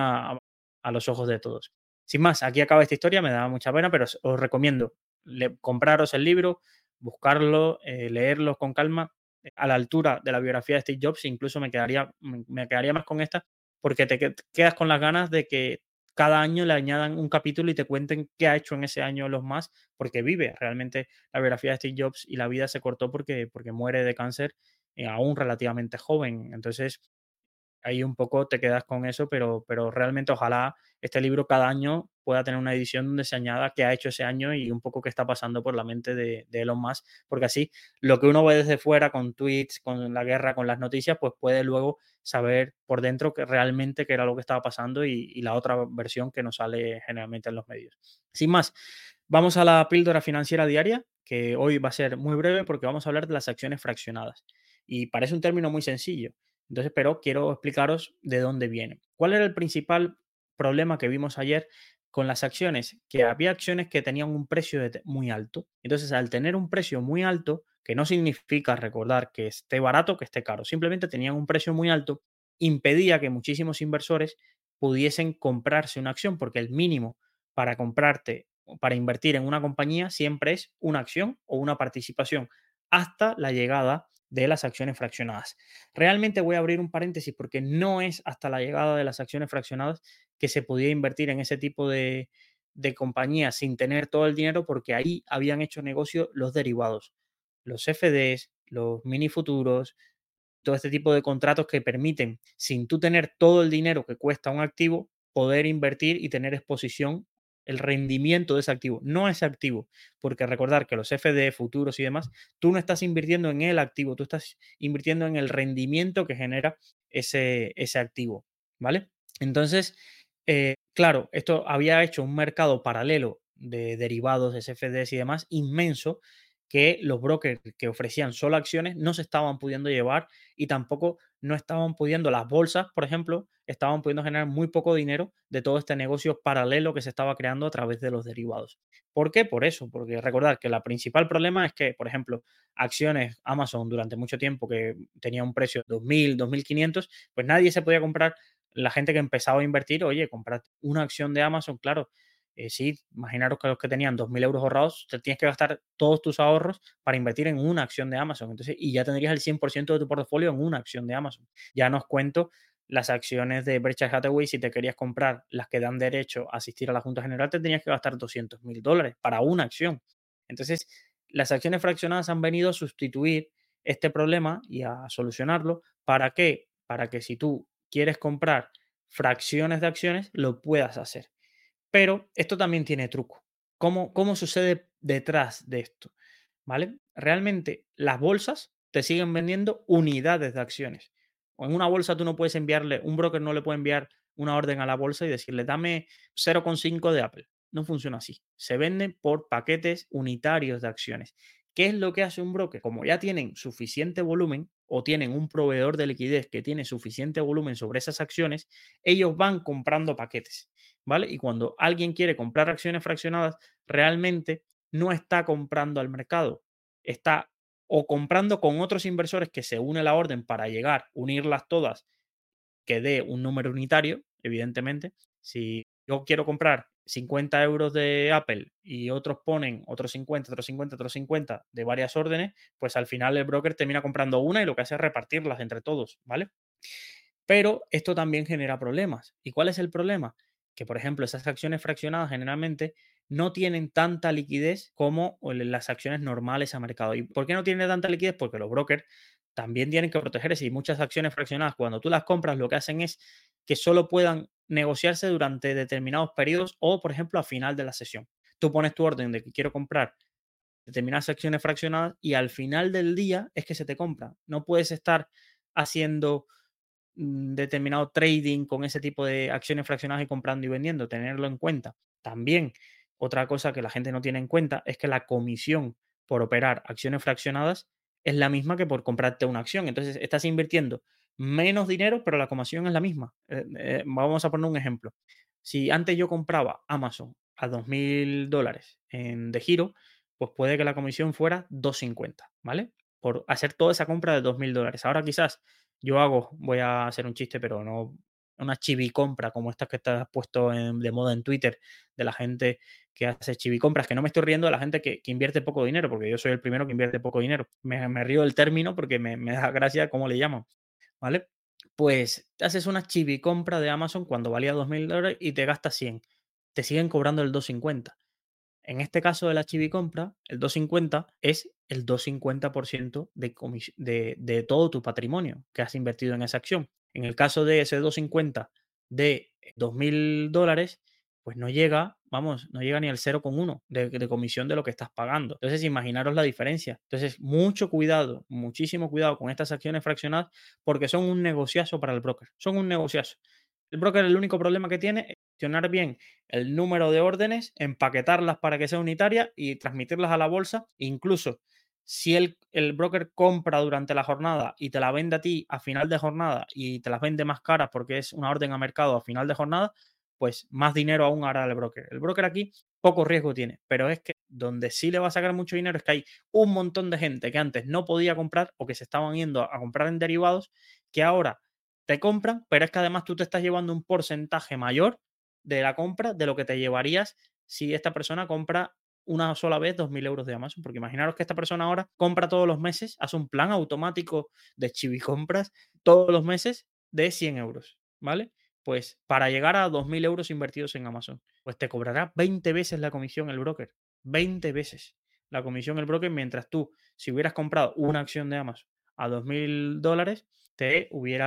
[SPEAKER 1] a los ojos de todos. Sin más, aquí acaba esta historia, me da mucha pena, pero os recomiendo compraros el libro, buscarlo, leerlo con calma, a la altura de la biografía de Steve Jobs, incluso me quedaría más con esta, porque quedas con las ganas de que cada año le añadan un capítulo y te cuenten qué ha hecho en ese año los más, porque vive realmente la biografía de Steve Jobs y la vida se cortó porque muere de cáncer aún relativamente joven. Entonces, ahí un poco te quedas con eso, pero realmente ojalá este libro cada año pueda tener una edición donde se añada qué ha hecho ese año y un poco qué está pasando por la mente de Elon Musk, porque así lo que uno ve desde fuera con tweets, con la guerra, con las noticias, pues puede luego saber por dentro que realmente qué era lo que estaba pasando y la otra versión que nos sale generalmente en los medios. Sin más, vamos a la píldora financiera diaria, que hoy va a ser muy breve porque vamos a hablar de las acciones fraccionadas. Y parece un término muy sencillo, entonces, pero quiero explicaros de dónde viene. ¿Cuál era el principal problema que vimos ayer con las acciones? Que había acciones que tenían un precio muy alto. Entonces, al tener un precio muy alto, que no significa recordar que esté barato, que esté caro, simplemente tenían un precio muy alto, impedía que muchísimos inversores pudiesen comprarse una acción, porque el mínimo para comprarte o para invertir en una compañía siempre es una acción o una participación hasta la llegada de las acciones fraccionadas. Realmente voy a abrir un paréntesis porque no es hasta la llegada de las acciones fraccionadas que se podía invertir en ese tipo de compañías sin tener todo el dinero porque ahí habían hecho negocio los derivados, los CFDs, los mini futuros, todo este tipo de contratos que permiten, sin tú tener todo el dinero que cuesta un activo, poder invertir y tener exposición, el rendimiento de ese activo, no ese activo, porque recordar que los FD, futuros y demás, tú no estás invirtiendo en el activo, tú estás invirtiendo en el rendimiento que genera ese activo, ¿vale? Entonces, claro, esto había hecho un mercado paralelo de derivados, de CFDs y demás inmenso que los brokers que ofrecían solo acciones no se estaban pudiendo llevar y tampoco no estaban pudiendo, las bolsas, por ejemplo, estaban pudiendo generar muy poco dinero de todo este negocio paralelo que se estaba creando a través de los derivados. ¿Por qué? Por eso, porque recordad que el principal problema es que, por ejemplo, acciones Amazon durante mucho tiempo que tenía un precio de 2.000, 2.500, pues nadie se podía comprar. La gente que empezaba a invertir, oye, comprar una acción de Amazon, claro, sí, imaginaros que los que tenían 2.000 euros ahorrados, te tienes que gastar todos tus ahorros para invertir en una acción de Amazon. Entonces, y ya tendrías el 100% de tu portafolio en una acción de Amazon. Ya no os cuento las acciones de Berkshire Hathaway, si te querías comprar las que dan derecho a asistir a la Junta General, te tenías que gastar $200.000 para una acción. Entonces, las acciones fraccionadas han venido a sustituir este problema y a solucionarlo. ¿Para qué? Para que si tú quieres comprar fracciones de acciones, lo puedas hacer. Pero esto también tiene truco. ¿Cómo sucede detrás de esto? ¿Vale? Realmente las bolsas te siguen vendiendo unidades de acciones. O en una bolsa tú no puedes enviarle, un broker no le puede enviar una orden a la bolsa y decirle, dame 0,5 de Apple. No funciona así. Se venden por paquetes unitarios de acciones. ¿Qué es lo que hace un broker? Como ya tienen suficiente volumen o tienen un proveedor de liquidez que tiene suficiente volumen sobre esas acciones, ellos van comprando paquetes. ¿Vale? Y cuando alguien quiere comprar acciones fraccionadas, realmente no está comprando al mercado, está o comprando con otros inversores que se une la orden para llegar, unirlas todas, que dé un número unitario, evidentemente. Si yo quiero comprar 50 euros de Apple y otros ponen otros 50, otros 50, otros 50 de varias órdenes, pues al final el broker termina comprando una y lo que hace es repartirlas entre todos, ¿vale? Pero esto también genera problemas. ¿Y cuál es el problema? Que, por ejemplo, esas acciones fraccionadas generalmente no tienen tanta liquidez como las acciones normales a mercado. ¿Y por qué no tienen tanta liquidez? Porque los brokers también tienen que protegerse y muchas acciones fraccionadas, cuando tú las compras, lo que hacen es que solo puedan negociarse durante determinados periodos o, por ejemplo, a final de la sesión. Tú pones tu orden de que quiero comprar determinadas acciones fraccionadas y al final del día es que se te compra. No puedes estar haciendo determinado trading con ese tipo de acciones fraccionadas y comprando y vendiendo, tenerlo en cuenta. También, otra cosa que la gente no tiene en cuenta es que la comisión por operar acciones fraccionadas es la misma que por comprarte una acción. Entonces, estás invirtiendo menos dinero, pero la comisión es la misma. Vamos a poner un ejemplo. Si antes yo compraba Amazon a $2.000 de giro, pues puede que la comisión fuera 2,50, ¿vale? Por hacer toda esa compra de $2.000. Ahora quizás voy a hacer un chiste, pero no una chivicompra como estas que estás puesto de moda en Twitter, de la gente que hace chivicompras, que no me estoy riendo de la gente que invierte poco dinero, porque yo soy el primero que invierte poco dinero. Me río del término porque me da gracia cómo le llaman, ¿vale? Pues te haces una chivicompra de Amazon cuando valía $2.000 y te gastas 100. Te siguen cobrando el 2,50. En este caso de la chivicompra, el 2,50 es el 2,50% de todo tu patrimonio que has invertido en esa acción. En el caso de ese 2,50 de $2.000, pues no llega, vamos, no llega ni al 0,1 de comisión de lo que estás pagando. Entonces, imaginaros la diferencia. Entonces, mucho cuidado, muchísimo cuidado con estas acciones fraccionadas porque son un negociazo para el broker. Son un negociazo. El broker, el único problema que tiene es gestionar bien el número de órdenes, empaquetarlas para que sea unitaria y transmitirlas a la bolsa. Incluso si el broker compra durante la jornada y te la vende a ti a final de jornada y te las vende más caras porque es una orden a mercado a final de jornada, pues más dinero aún hará el broker. El broker aquí poco riesgo tiene, pero es que donde sí le va a sacar mucho dinero es que hay un montón de gente que antes no podía comprar o que se estaban yendo a comprar en derivados que ahora te compran, pero es que además tú te estás llevando un porcentaje mayor de la compra de lo que te llevarías si esta persona compra una sola vez 2.000 euros de Amazon. Porque imaginaros que esta persona ahora compra todos los meses, hace un plan automático de chivicompras todos los meses de 100 euros, ¿vale? Pues para llegar a 2.000 euros invertidos en Amazon, pues te cobrará 20 veces la comisión el broker. 20 veces la comisión el broker, mientras tú, si hubieras comprado una acción de Amazon a $2.000, te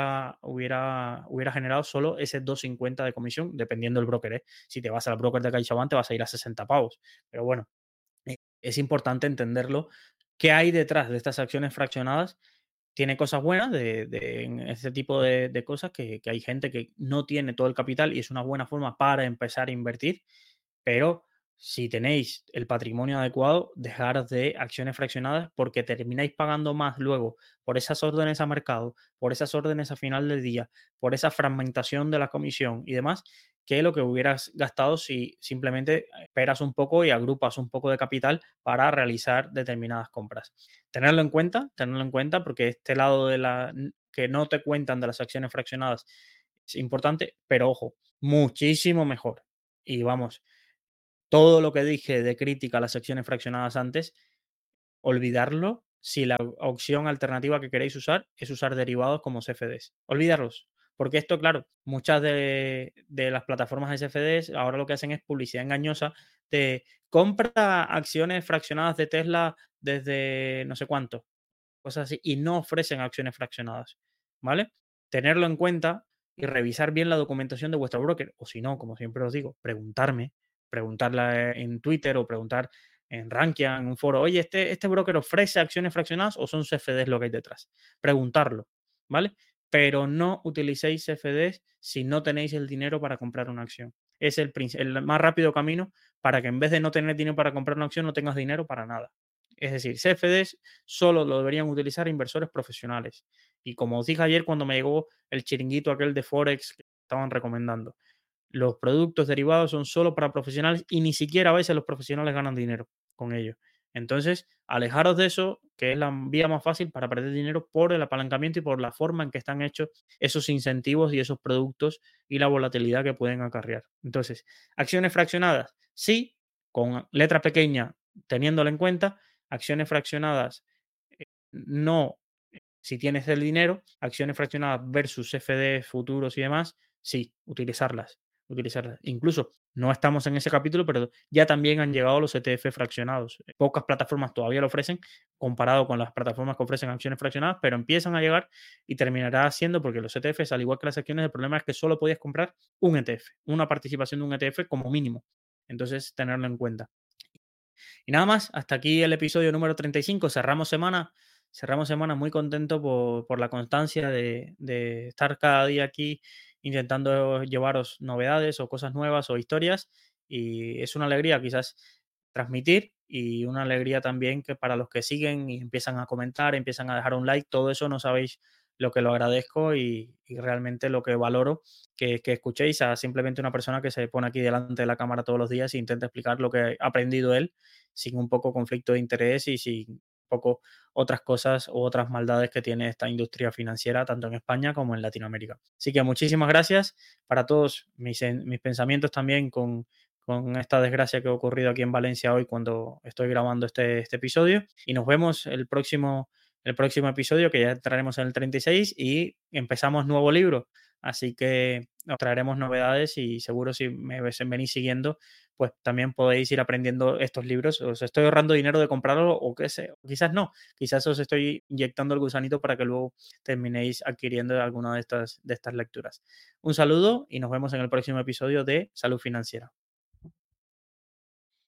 [SPEAKER 1] hubiera generado solo ese 2,50 de comisión, dependiendo del broker, ¿eh? Si te vas al broker de CaixaBank, te vas a ir a 60 pavos. Pero bueno, es importante entenderlo. ¿Qué hay detrás de estas acciones fraccionadas? Tiene cosas buenas en este tipo de cosas que hay gente que no tiene todo el capital y es una buena forma para empezar a invertir, pero si tenéis el patrimonio adecuado, dejaros de acciones fraccionadas porque termináis pagando más luego por esas órdenes a mercado, por esas órdenes a final del día, por esa fragmentación de la comisión y demás, que lo que hubieras gastado si simplemente esperas un poco y agrupas un poco de capital para realizar determinadas compras. Tenerlo en cuenta porque este lado de que no te cuentan de las acciones fraccionadas es importante, pero ojo, muchísimo mejor. Y vamos, todo lo que dije de crítica a las acciones fraccionadas antes, olvidarlo si la opción alternativa que queréis usar es usar derivados como CFDs. Olvidarlos. Porque esto, claro, muchas de las plataformas de CFDs ahora lo que hacen es publicidad engañosa de compra acciones fraccionadas de Tesla desde no sé cuánto, cosas así, y no ofrecen acciones fraccionadas, ¿vale? Tenerlo en cuenta y revisar bien la documentación de vuestro broker, o si no, como siempre os digo, preguntarla en Twitter o preguntar en Rankia, en un foro, oye, ¿este broker ofrece acciones fraccionadas o son CFDs lo que hay detrás? Preguntarlo, ¿vale? Pero no utilicéis CFDs si no tenéis el dinero para comprar una acción. Es el más rápido camino para que en vez de no tener dinero para comprar una acción, no tengas dinero para nada. Es decir, CFDs solo lo deberían utilizar inversores profesionales. Y como os dije ayer cuando me llegó el chiringuito aquel de Forex que estaban recomendando, los productos derivados son solo para profesionales y ni siquiera a veces los profesionales ganan dinero con ello. Entonces, alejaros de eso, que es la vía más fácil para perder dinero por el apalancamiento y por la forma en que están hechos esos incentivos y esos productos y la volatilidad que pueden acarrear. Entonces, acciones fraccionadas, sí, con letra pequeña, teniéndola en cuenta, acciones fraccionadas, no si tienes el dinero, acciones fraccionadas versus CFD, futuros y demás, sí, utilizarlas. Utilizarlas. Incluso no estamos en ese capítulo, pero ya también han llegado los ETF fraccionados. Pocas plataformas todavía lo ofrecen comparado con las plataformas que ofrecen acciones fraccionadas, pero empiezan a llegar y terminará siendo, porque los ETFs, al igual que las acciones, el problema es que solo podías comprar un ETF, una participación de un ETF como mínimo. Entonces, tenerlo en cuenta. Y nada más, hasta aquí el episodio número 35. Cerramos semana muy contento por la constancia de estar cada día aquí intentando llevaros novedades o cosas nuevas o historias. Y es una alegría quizás transmitir y una alegría también que para los que siguen y empiezan a comentar, empiezan a dejar un like, todo eso no sabéis lo que lo agradezco y realmente lo que valoro que escuchéis a simplemente una persona que se pone aquí delante de la cámara todos los días e intenta explicar lo que ha aprendido él sin un poco conflicto de interés y sin un poco otras cosas u otras maldades que tiene esta industria financiera, tanto en España como en Latinoamérica. Así que muchísimas gracias para todos mis pensamientos también con esta desgracia que ha ocurrido aquí en Valencia hoy cuando estoy grabando este episodio. Y nos vemos el próximo episodio, que ya entraremos en el 36 y empezamos nuevo libro. Así que os traeremos novedades y seguro si me venís siguiendo, pues también podéis ir aprendiendo estos libros. Os estoy ahorrando dinero de comprarlo o qué sé, quizás no, quizás os estoy inyectando el gusanito para que luego terminéis adquiriendo alguna de estas lecturas. Un saludo y nos vemos en el próximo episodio de Salud Financiera.